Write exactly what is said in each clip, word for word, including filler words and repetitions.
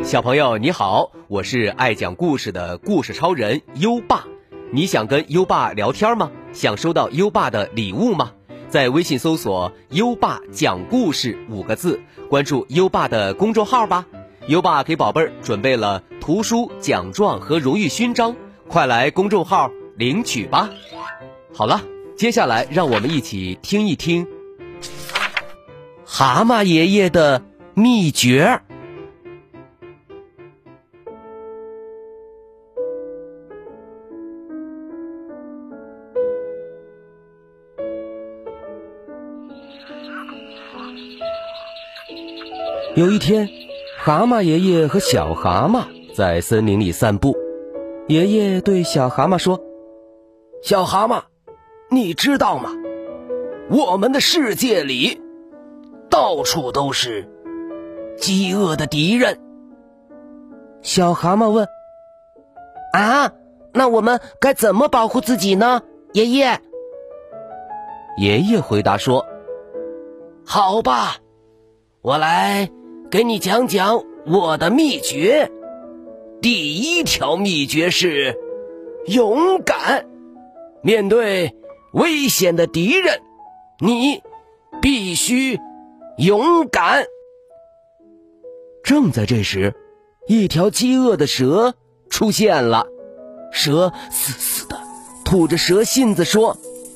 小朋友你好，我是爱讲故事的故事超人优爸。你想跟优爸聊天吗？想收到优爸的礼物吗？在微信搜索优爸讲故事五个字，关注优爸的公众号吧。优爸给宝贝儿准备了图书、奖状和荣誉勋章，快来公众号领取吧。好了，接下来让我们一起听一听蛤蟆爷爷的秘诀。有一天，蛤蟆爷爷和小蛤蟆在森林里散步。爷爷对小蛤蟆说：小蛤蟆，你知道吗？我们的世界里到处都是饥饿的敌人。小蛤蟆问：啊，那我们该怎么保护自己呢？爷爷。爷爷回答说：好吧，我来给你讲讲我的秘诀。第一条秘诀是勇敢。面对危险的敌人，你必须勇敢。正在这时，一条饥饿的蛇出现了。蛇嘶嘶地吐着蛇信子说：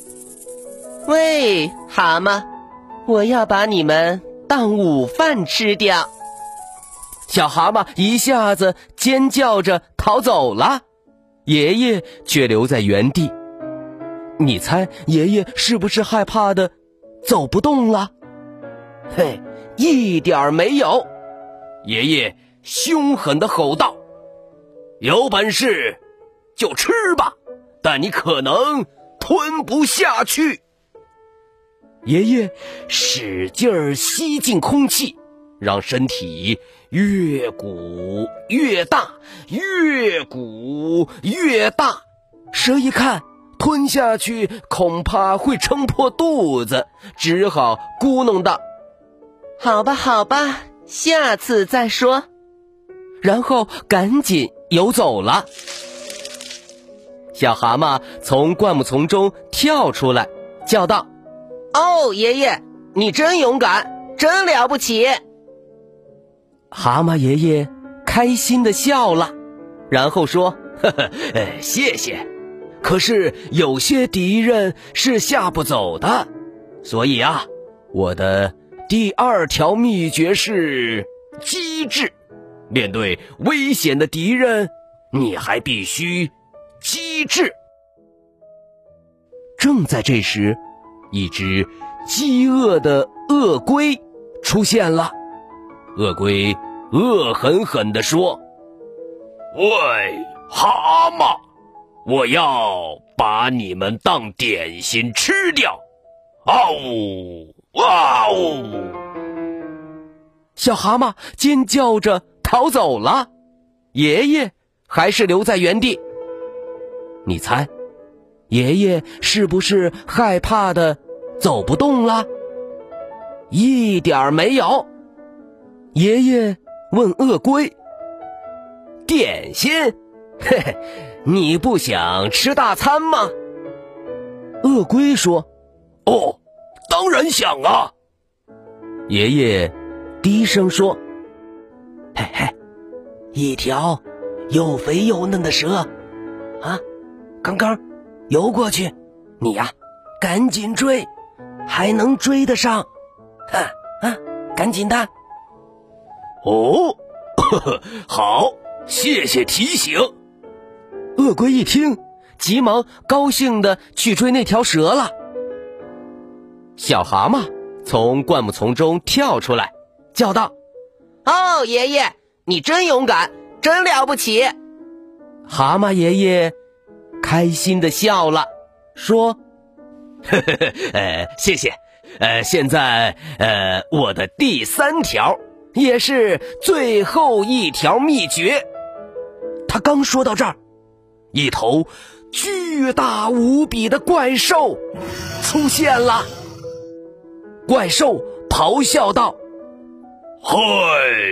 喂，蛤蟆，我要把你们当午饭吃掉。小蛤蟆一下子尖叫着逃走了，爷爷却留在原地。你猜爷爷是不是害怕的走不动了？嘿，一点儿没有。爷爷凶狠地吼道：有本事就吃吧，但你可能吞不下去。爷爷使劲儿吸进空气，让身体越鼓越大，越鼓越大。蛇一看吞下去恐怕会撑破肚子，只好咕哝道：好吧好吧，下次再说。然后赶紧游走了。小蛤蟆从灌木丛中跳出来，叫道：哦，爷爷，你真勇敢，真了不起。蛤蟆爷爷开心地笑了，然后说：呵呵，呃，谢谢。可是有些敌人是吓不走的，所以啊，我的第二条秘诀是机智。面对危险的敌人，你还必须机智。正在这时，一只饥饿的鳄龟出现了。鳄龟恶狠狠地说：喂，蛤蟆，我要把你们当点心吃掉！嗷呜，哇呜！小蛤蟆尖叫着逃走了，爷爷还是留在原地。你猜，爷爷是不是害怕的走不动了？一点儿没有。爷爷问鳄龟：点心？嘿嘿，你不想吃大餐吗？鳄龟说：哦，当然想啊。爷爷低声说：嘿嘿，一条又肥又嫩的蛇啊，刚刚游过去，你呀赶紧追，还能追得上。哈啊，赶紧的。哦，呵呵，好，谢谢提醒。鳄龟一听，急忙高兴地去追那条蛇了。小蛤蟆从灌木丛中跳出来，叫道：哦，爷爷，你真勇敢，真了不起。蛤蟆爷爷开心地笑了，说：呵呵呵，呃，谢谢。呃，现在，呃，我的第三条，也是最后一条秘诀。他刚说到这儿，一头巨大无比的怪兽出现了。怪兽咆哮道：嗨，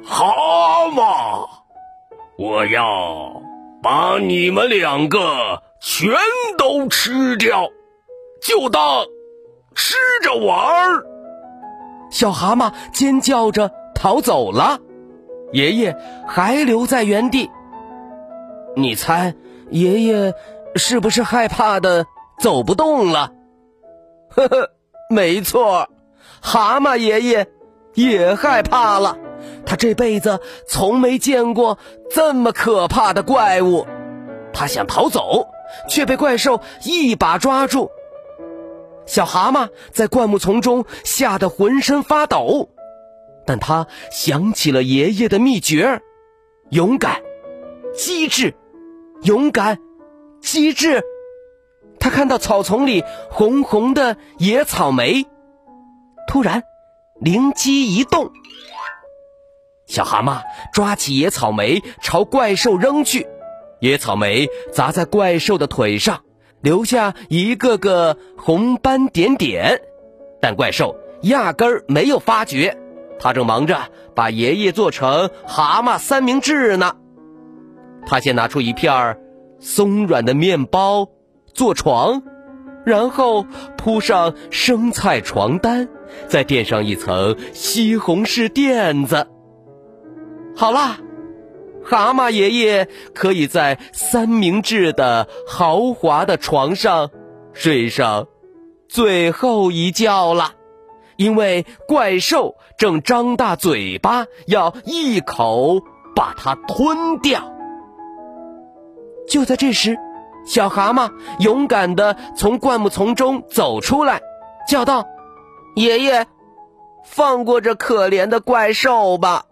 蛤蟆，我要把你们两个全都吃掉，就当吃着玩儿。” 小蛤蟆尖叫着逃走了，爷爷还留在原地。你猜爷爷是不是害怕的走不动了？呵呵，没错，蛤蟆爷爷也害怕了。他这辈子从没见过这么可怕的怪物。他想逃走，却被怪兽一把抓住。小蛤蟆在灌木丛中吓得浑身发抖，但他想起了爷爷的秘诀：勇敢、机智，勇敢、机智。他看到草丛里红红的野草莓，突然灵机一动，小蛤蟆抓起野草莓朝怪兽扔去，野草莓砸在怪兽的腿上，留下一个个红斑点点，但怪兽压根儿没有发觉，他正忙着把爷爷做成蛤蟆三明治呢。他先拿出一片松软的面包做床，然后铺上生菜床单，再垫上一层西红柿垫子。好啦，蛤蟆爷爷可以在三明治的豪华的床上睡上最后一觉了，因为怪兽正张大嘴巴要一口把它吞掉。就在这时，小蛤蟆勇敢地从灌木丛中走出来，叫道：“爷爷，放过这可怜的怪兽吧！”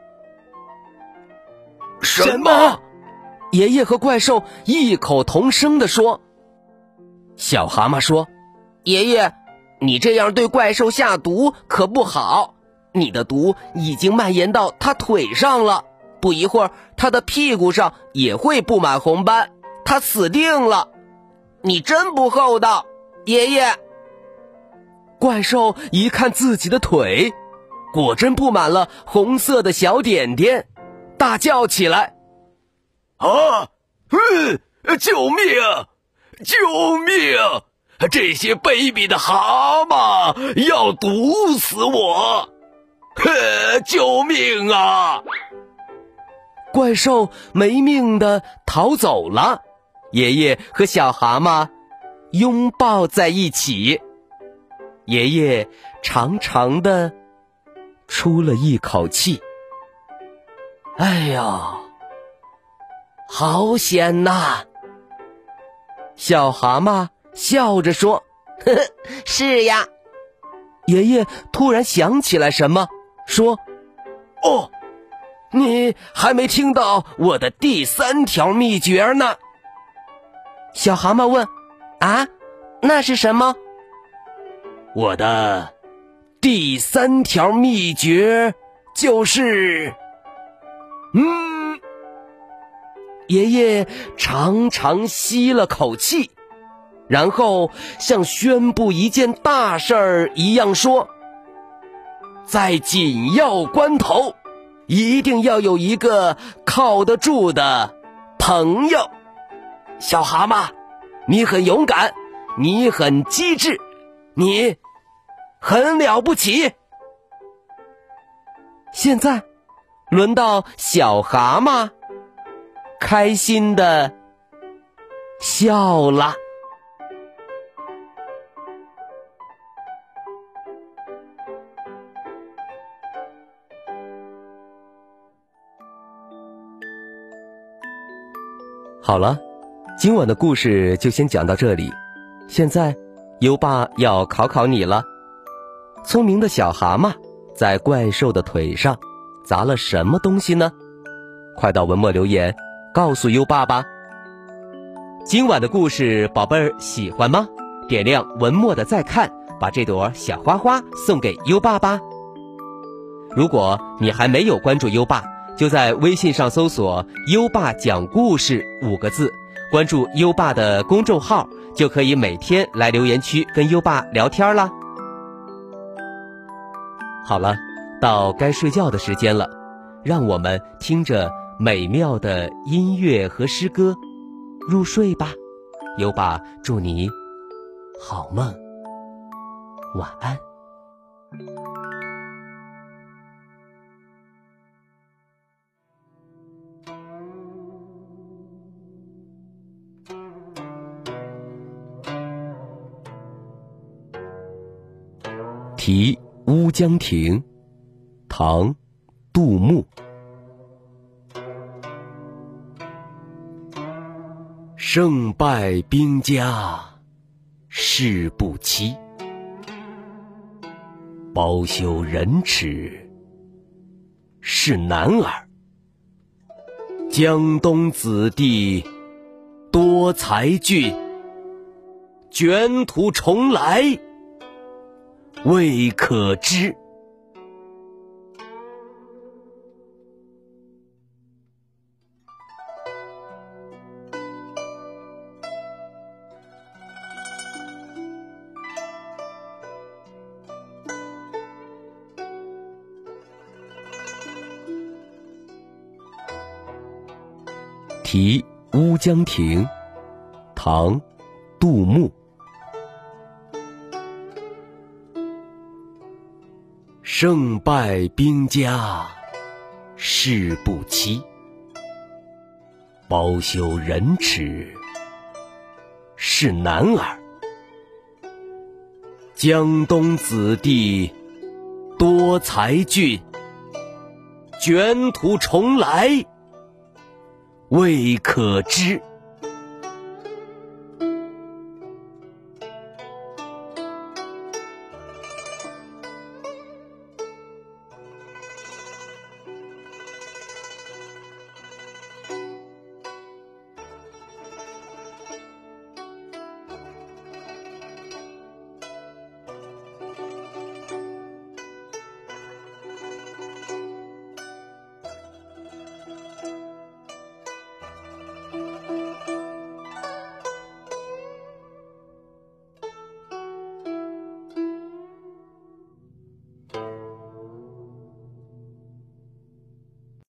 什么？ 爷爷和怪兽异口同声地说。小蛤蟆说：“爷爷，你这样对怪兽下毒可不好，你的毒已经蔓延到他腿上了，不一会儿他的屁股上也会布满红斑，他死定了。你真不厚道，爷爷。”怪兽一看自己的腿，果真布满了红色的小点点，大叫起来：“ 啊！嗯，救命！救命！这些卑鄙的蛤蟆要毒死我！呵，救命啊！” 怪兽没命地逃走了，爷爷和小蛤蟆拥抱在一起。爷爷长长地出了一口气。哎呦，好险呐！小蛤蟆笑着说：“呵呵，是呀。”爷爷突然想起来什么，说：“哦，你还没听到我的第三条秘诀呢。”小蛤蟆问：“啊，那是什么？”“我的第三条秘诀就是……”嗯，爷爷长长吸了口气，然后像宣布一件大事儿一样说：“在紧要关头，一定要有一个靠得住的朋友。小蛤蟆，你很勇敢，你很机智，你很了不起。”现在轮到小蛤蟆开心地笑了。好了，今晚的故事就先讲到这里。现在优爸要考考你了。聪明的小蛤蟆在怪兽的腿上砸了什么东西呢？快到文末留言告诉优爸吧。今晚的故事宝贝儿喜欢吗？点亮文末的再看，把这朵小花花送给优爸吧。如果你还没有关注优爸，就在微信上搜索优爸讲故事五个字，关注优爸的公众号，就可以每天来留言区跟优爸聊天啦。好了，到该睡觉的时间了， 让我们听着美妙的音乐和诗歌入睡吧。优爸祝你好梦，晚安。题乌江亭，唐·杜牧。胜败兵家事不期，包羞忍耻是男儿。江东子弟多才俊，卷土重来未可知。题乌江亭，唐·杜牧。胜败兵家事不期，包羞忍耻是男儿。江东子弟多才俊，卷土重来未可知。